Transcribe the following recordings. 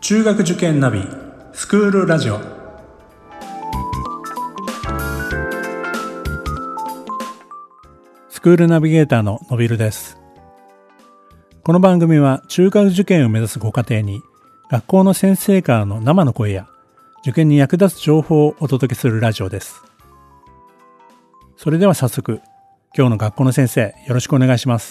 中学受験ナビスクールラジオ。スクールナビゲーターののびるです。この番組は中学受験を目指すご家庭に学校の先生からの生の声や受験に役立つ情報をお届けするラジオです。それでは早速、今日の学校の先生、よろしくお願いします。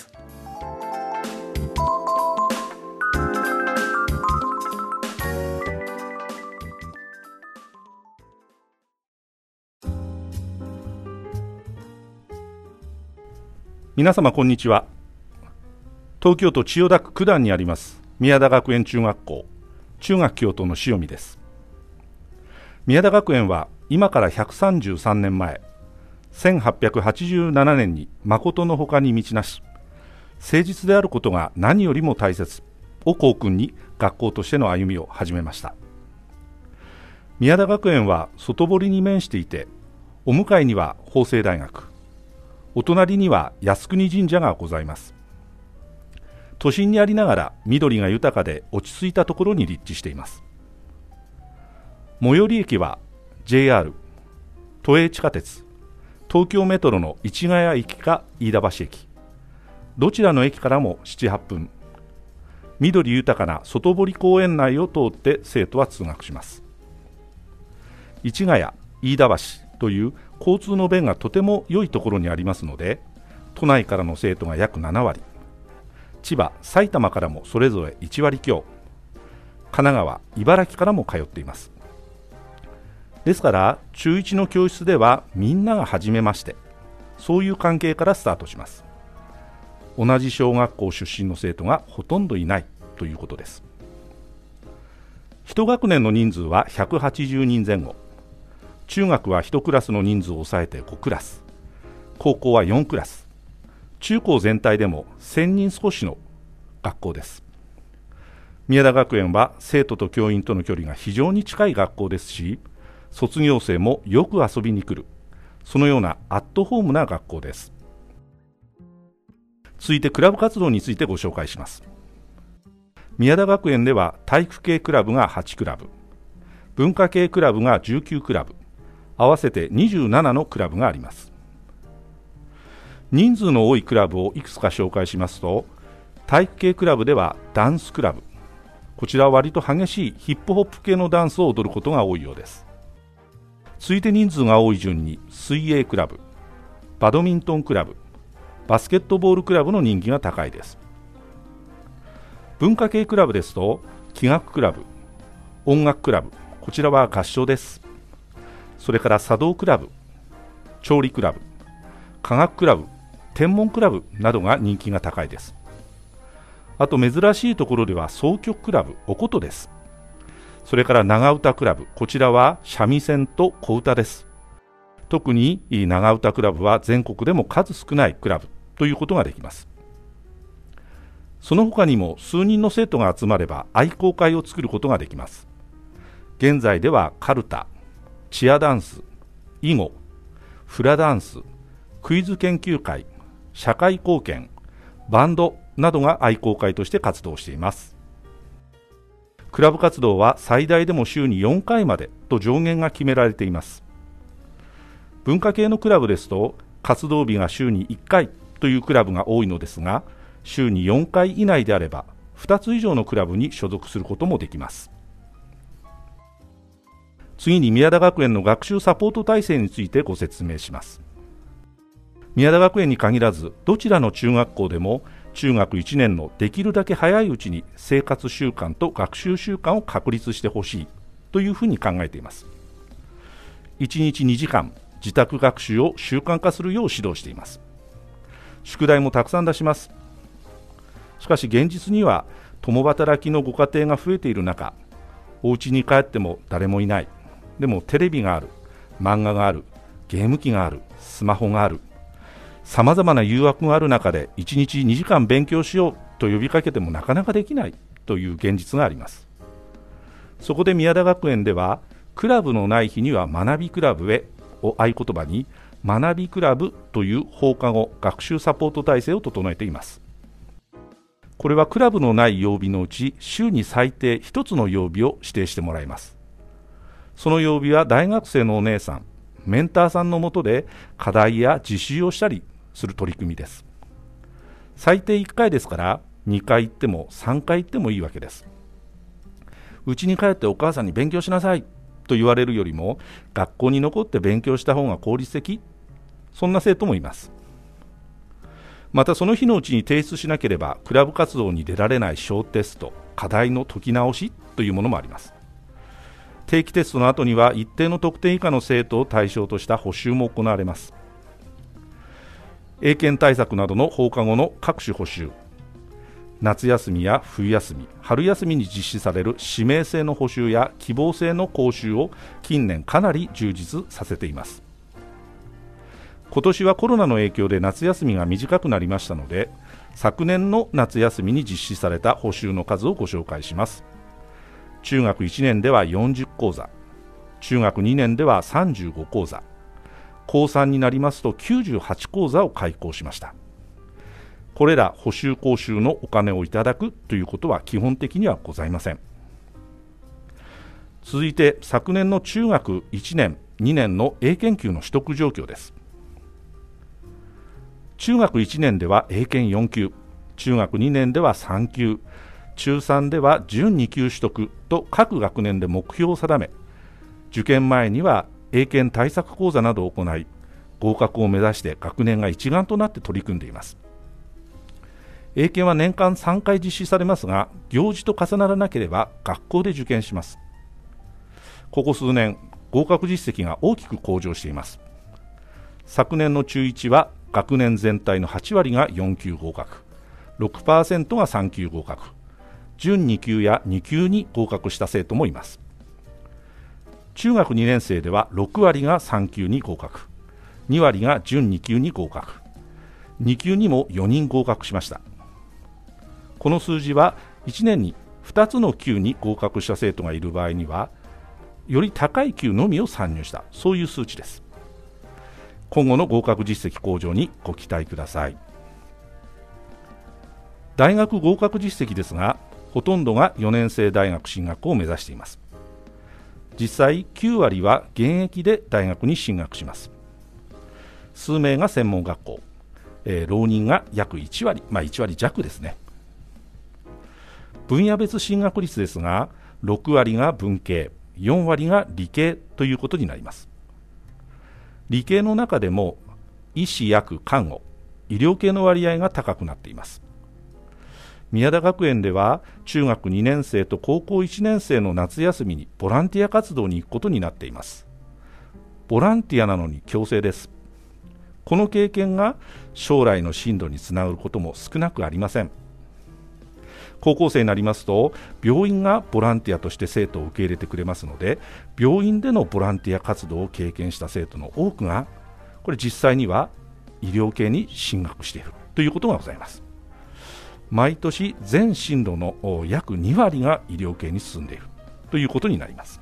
皆様こんにちは。東京都千代田区九段にあります宮田学園中学校中学教頭の塩見です。宮田学園は今から133年前1887年に誠のほかに道なし、誠実であることが何よりも大切を校訓に学校としての歩みを始めました。宮田学園は外堀に面していて、お向かいには法政大学、お隣には靖国神社がございます。都心にありながら緑が豊かで落ち着いたところに立地しています。最寄り駅は JR、都営地下鉄、東京メトロの市ヶ谷駅か飯田橋駅、どちらの駅からも 7,8 分、緑豊かな外堀公園内を通って生徒は通学します。市ヶ谷、飯田橋という交通の便がとても良いところにありますので、都内からの生徒が約7割、千葉、埼玉からもそれぞれ1割強、神奈川、茨城からも通っています。ですから中1の教室ではみんなが初めまして、そういう関係からスタートします。同じ小学校出身の生徒がほとんどいないということです。1学年の人数は180人前後、中学は1クラスの人数を抑えて5クラス、高校は4クラス、中高全体でも1000人少しの学校です。宮田学園は生徒と教員との距離が非常に近い学校ですし、卒業生もよく遊びに来る、そのようなアットホームな学校です。続いてクラブ活動についてご紹介します。宮田学園では体育系クラブが8クラブ、文化系クラブが19クラブ、合わせて27のクラブがあります。人数の多いクラブをいくつか紹介しますと、体育系クラブではダンスクラブ、こちらは割と激しいヒップホップ系のダンスを踊ることが多いようです。続いて人数が多い順に水泳クラブ、バドミントンクラブ、バスケットボールクラブの人気が高いです。文化系クラブですと器楽クラブ、音楽クラブ、こちらは合唱です。それから茶道クラブ、調理クラブ、科学クラブ、天文クラブなどが人気が高いです。あと珍しいところでは箏曲クラブ、お琴です。それから長唄クラブ、こちらは三味線と小唄です。特に長唄クラブは全国でも数少ないクラブということができます。その他にも数人の生徒が集まれば愛好会を作ることができます。現在ではカルタ、チアダンス、囲碁、フラダンス、クイズ研究会、社会貢献、バンドなどが愛好会として活動しています。クラブ活動は最大でも週に4回までと上限が決められています。文化系のクラブですと活動日が週に1回というクラブが多いのですが、週に4回以内であれば2つ以上のクラブに所属することもできます。次に宮田学園の学習サポート体制についてご説明します。宮田学園に限らずどちらの中学校でも中学1年のできるだけ早いうちに生活習慣と学習習慣を確立してほしいというふうに考えています。1日2時間自宅学習を習慣化するよう指導しています。宿題もたくさん出します。しかし現実には共働きのご家庭が増えている中、お家に帰っても誰もいない、でもテレビがある、漫画がある、ゲーム機がある、スマホがある、さまざまな誘惑がある中で1日2時間勉強しようと呼びかけてもなかなかできないという現実があります。そこで宮田学園ではクラブのない日には学びクラブへを合言葉に学びクラブという放課後学習サポート体制を整えています。 これはクラブのない曜日のうち週に最低1つの曜日を指定してもらいます。その曜日は大学生のお姉さん、メンターさんの下で課題や実習をしたりする取り組みです。最低1回ですから2回行っても3回行ってもいいわけです。うちに帰ってお母さんに勉強しなさいと言われるよりも学校に残って勉強した方が効率的、そんな生徒もいます。またその日のうちに提出しなければクラブ活動に出られない小テスト、課題の解き直しというものもあります。定期テストの後には一定の得点以下の生徒を対象とした補習も行われます。英検対策などの放課後の各種補習、夏休みや冬休み、春休みに実施される指名制の補習や希望制の講習を近年かなり充実させています。今年はコロナの影響で夏休みが短くなりましたので、昨年の夏休みに実施された補習の数をご紹介します。中学1年では40講座、中学2年では35講座、高3になりますと98講座を開講しました。これら補習講習のお金をいただくということは基本的にはございません。続いて昨年の中学1年2年の英検級の取得状況です。中学1年では英検4級、中学2年では3級、中3では準2級取得と各学年で目標を定め、受験前には英検対策講座などを行い、合格を目指して学年が一丸となって取り組んでいます。英検は年間3回実施されますが、行事と重ならなければ学校で受験します。ここ数年、合格実績が大きく向上しています。昨年の中1は学年全体の8割が4級合格、6% が3級合格、準2級や2級に合格した生徒もいます。中学2年生では6割が3級に合格、2割が準2級に合格、2級にも4人合格しました。この数字は1年に2つの級に合格した生徒がいる場合には、より高い級のみを参入した、そういう数値です。今後の合格実績向上にご期待ください。大学合格実績ですが、ほとんどが4年生大学進学を目指しています。実際9割は現役で大学に進学します。数名が専門学校、浪人が約1割、1割弱ですね。分野別進学率ですが、6割が文系、4割が理系ということになります。理系の中でも医師、薬、看護、医療系の割合が高くなっています。宮田学園では中学2年生と高校1年生の夏休みにボランティア活動に行くことになっています。ボランティアなのに強制です。この経験が将来の進路につながることも少なくありません。高校生になりますと病院がボランティアとして生徒を受け入れてくれますので、病院でのボランティア活動を経験した生徒の多くがこれ実際には医療系に進学しているということがございます。毎年全進路の約2割が医療系に進んでいるということになります。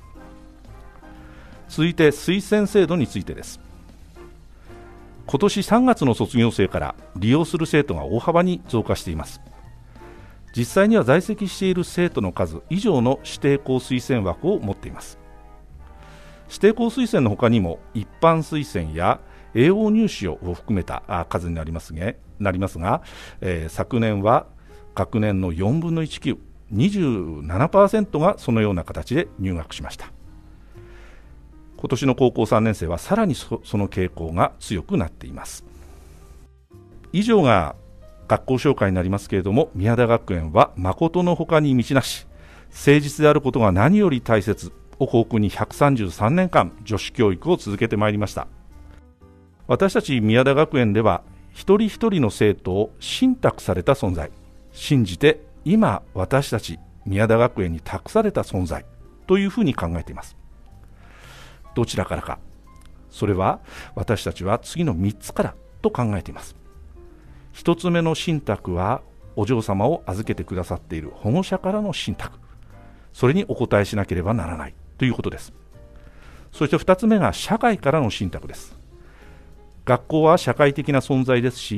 続いて推薦制度についてです。今年3月の卒業生から利用する生徒が大幅に増加しています。実際には在籍している生徒の数以上の指定校推薦枠を持っています。指定校推薦の他にも一般推薦や栄養入試を含めた数になりますが、昨年は学年の4分の1級 27% がそのような形で入学しました。今年の高校3年生はさらにその傾向が強くなっています。以上が学校紹介になりますけれども、宮田学園は誠のほかに道なし、誠実であることが何より大切を校訓に133年間女子教育を続けてまいりました。私たち宮田学園では一人一人の生徒を信託された存在、信じて今私たち宮田学園に託された存在というふうに考えています。どちらからか、それは私たちは次の3つからと考えています。1つ目の信託はお嬢様を預けてくださっている保護者からの信託、それにお答えしなければならないということです。そして2つ目が社会からの信託です。学校は社会的な存在ですし、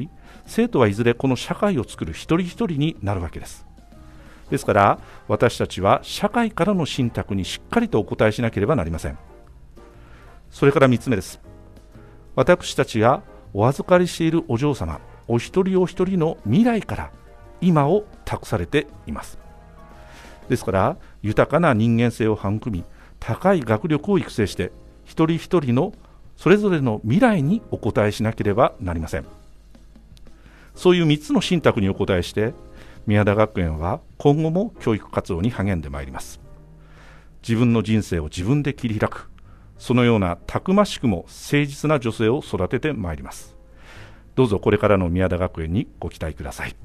生徒はいずれこの社会を作る一人一人になるわけです。ですから私たちは社会からの信託にしっかりとお答えしなければなりません。それから3つ目です。私たちがお預かりしているお嬢様お一人お一人の未来から今を託されています。ですから豊かな人間性を育み、高い学力を育成して一人一人のそれぞれの未来にお答えしなければなりません。そういう3つの信託にお答えして宮田学園は今後も教育活動に励んでまいります。自分の人生を自分で切り開く、そのようなたくましくも誠実な女性を育ててまいります。どうぞこれからの宮田学園にご期待ください。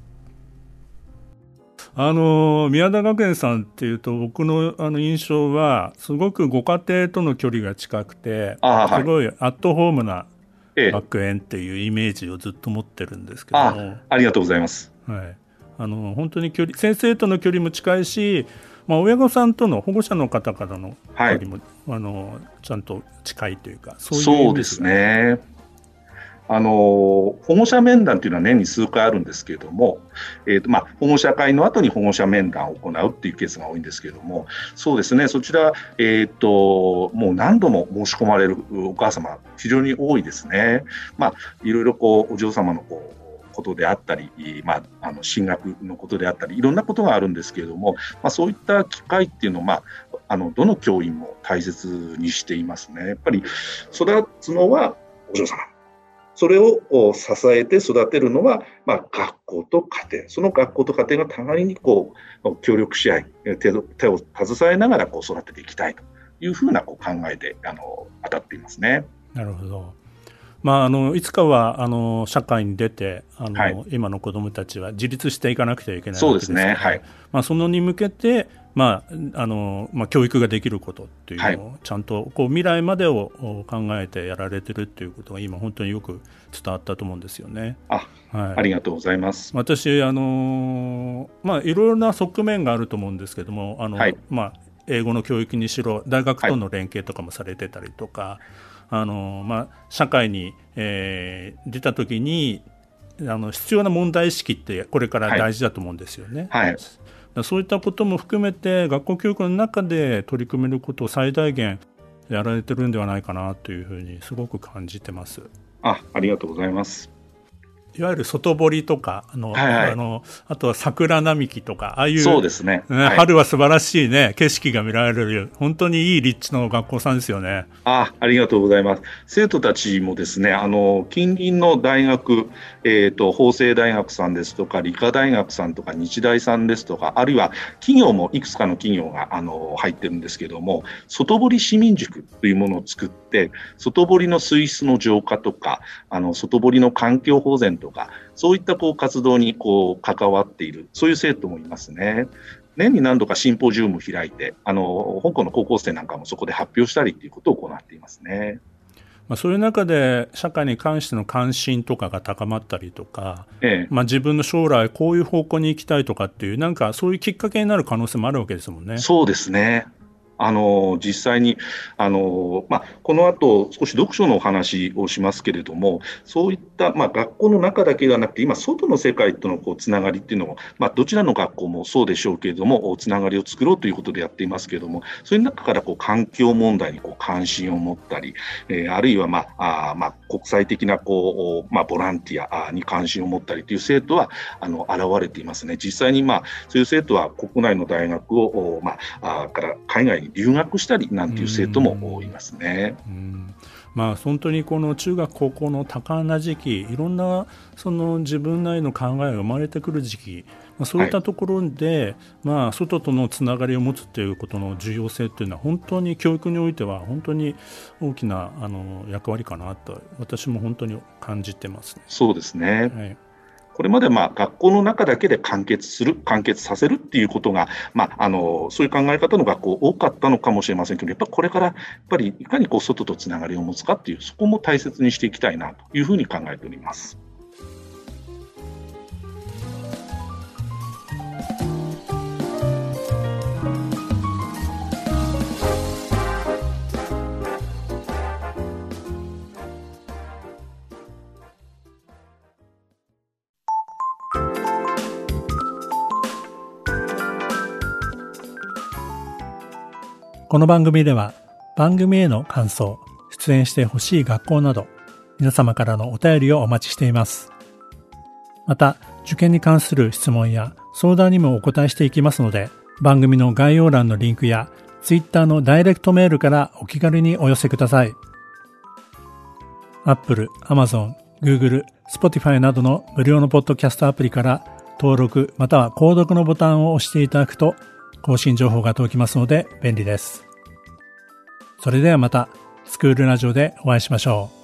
宮田学園さんっていうと僕の印象はすごくご家庭との距離が近くて、すごいアットホームな学園っていうイメージをずっと持ってるんですけども、 ありがとうございます。 はい、本当に先生との距離も近いし、親御さんとの保護者の方からの距離も、ちゃんと近いというか、 そうですね。保護者面談というのは年に数回あるんですけれども、保護者会の後に保護者面談を行うっていうケースが多いんですけれども、そうですね、そちら、もう何度も申し込まれるお母様非常に多いですね。いろいろお嬢様のことであったり、進学のことであったりいろんなことがあるんですけれども、そういった機会っていうのを、どの教員も大切にしていますね。やっぱり育つのはお嬢様、それを支えて育てるのは、学校と家庭、その学校と家庭が互いに協力し合い、手を携えながら育てていきたいというふうな考えで当たっていますね。 なるほど。いつかは社会に出て今の子どもたちは自立していかなくてはいけないわけですけど、そうですね、そのに向けて、教育ができることっていうのをちゃんと未来までを考えてやられてるっていうことが今本当によく伝わったと思うんですよね。ありがとうございます。私いろいろな側面があると思うんですけども、英語の教育にしろ大学との連携とかもされてたりとか、社会に、出た時に必要な問題意識ってこれから大事だと思うんですよね。そういったことも含めて学校教育の中で取り組めることを最大限やられてるんではないかなというふうにすごく感じてます。ありがとうございます。いわゆる外堀とかあとは桜並木とかああいう、そうですね、春は素晴らしいね景色が見られる本当にいい立地の学校さんですよね。ありがとうございます。生徒たちもですね、近隣の大学、法政大学さんですとか理科大学さんとか日大さんですとか、あるいは企業もいくつかの企業が入ってるんですけども、外堀市民塾というものを作って、外堀の水質の浄化とか外堀の環境保全とか、そういった活動に関わっている、そういう生徒もいますね。年に何度かシンポジウムを開いて、香港の高校生なんかもそこで発表したりということを行っていますね。そういう中で社会に関しての関心とかが高まったりとか、自分の将来こういう方向に行きたいとかっていうなんかそういうきっかけになる可能性もあるわけですもんね。そうですね。実際にこの後少し読書のお話をしますけれども、そういった、学校の中だけではなくて今外の世界とのつながりっていうのも、どちらの学校もそうでしょうけれどもつながりを作ろうということでやっていますけれども、そういう中から環境問題に関心を持ったり、あるいは、国際的なボランティアに関心を持ったりという生徒は現れていますね。実際に、そういう生徒は国内の大学を、から海外に留学したりなんていう生徒もいますね。本当にこの中学高校の多感な時期、いろんな自分なりの考えが生まれてくる時期、そういったところで、外とのつながりを持つということの重要性というのは本当に教育においては本当に大きな役割かなと私も本当に感じてますね。そうですね。これまで学校の中だけで完結させるっていうことが、そういう考え方の学校多かったのかもしれませんけど、やっぱりこれからいかに外とつながりを持つかっていう、そこも大切にしていきたいなというふうに考えております。 この番組では番組への感想、出演してほしい学校など皆様からのお便りをお待ちしています。また受験に関する質問や相談にもお答えしていきますので、番組の概要欄のリンクや Twitter のダイレクトメールからお気軽にお寄せください。Apple、Amazon、Google、Spotify などの無料のポッドキャストアプリから登録または購読のボタンを押していただくと更新情報が届きますので便利です。それではまたスクールラジオでお会いしましょう。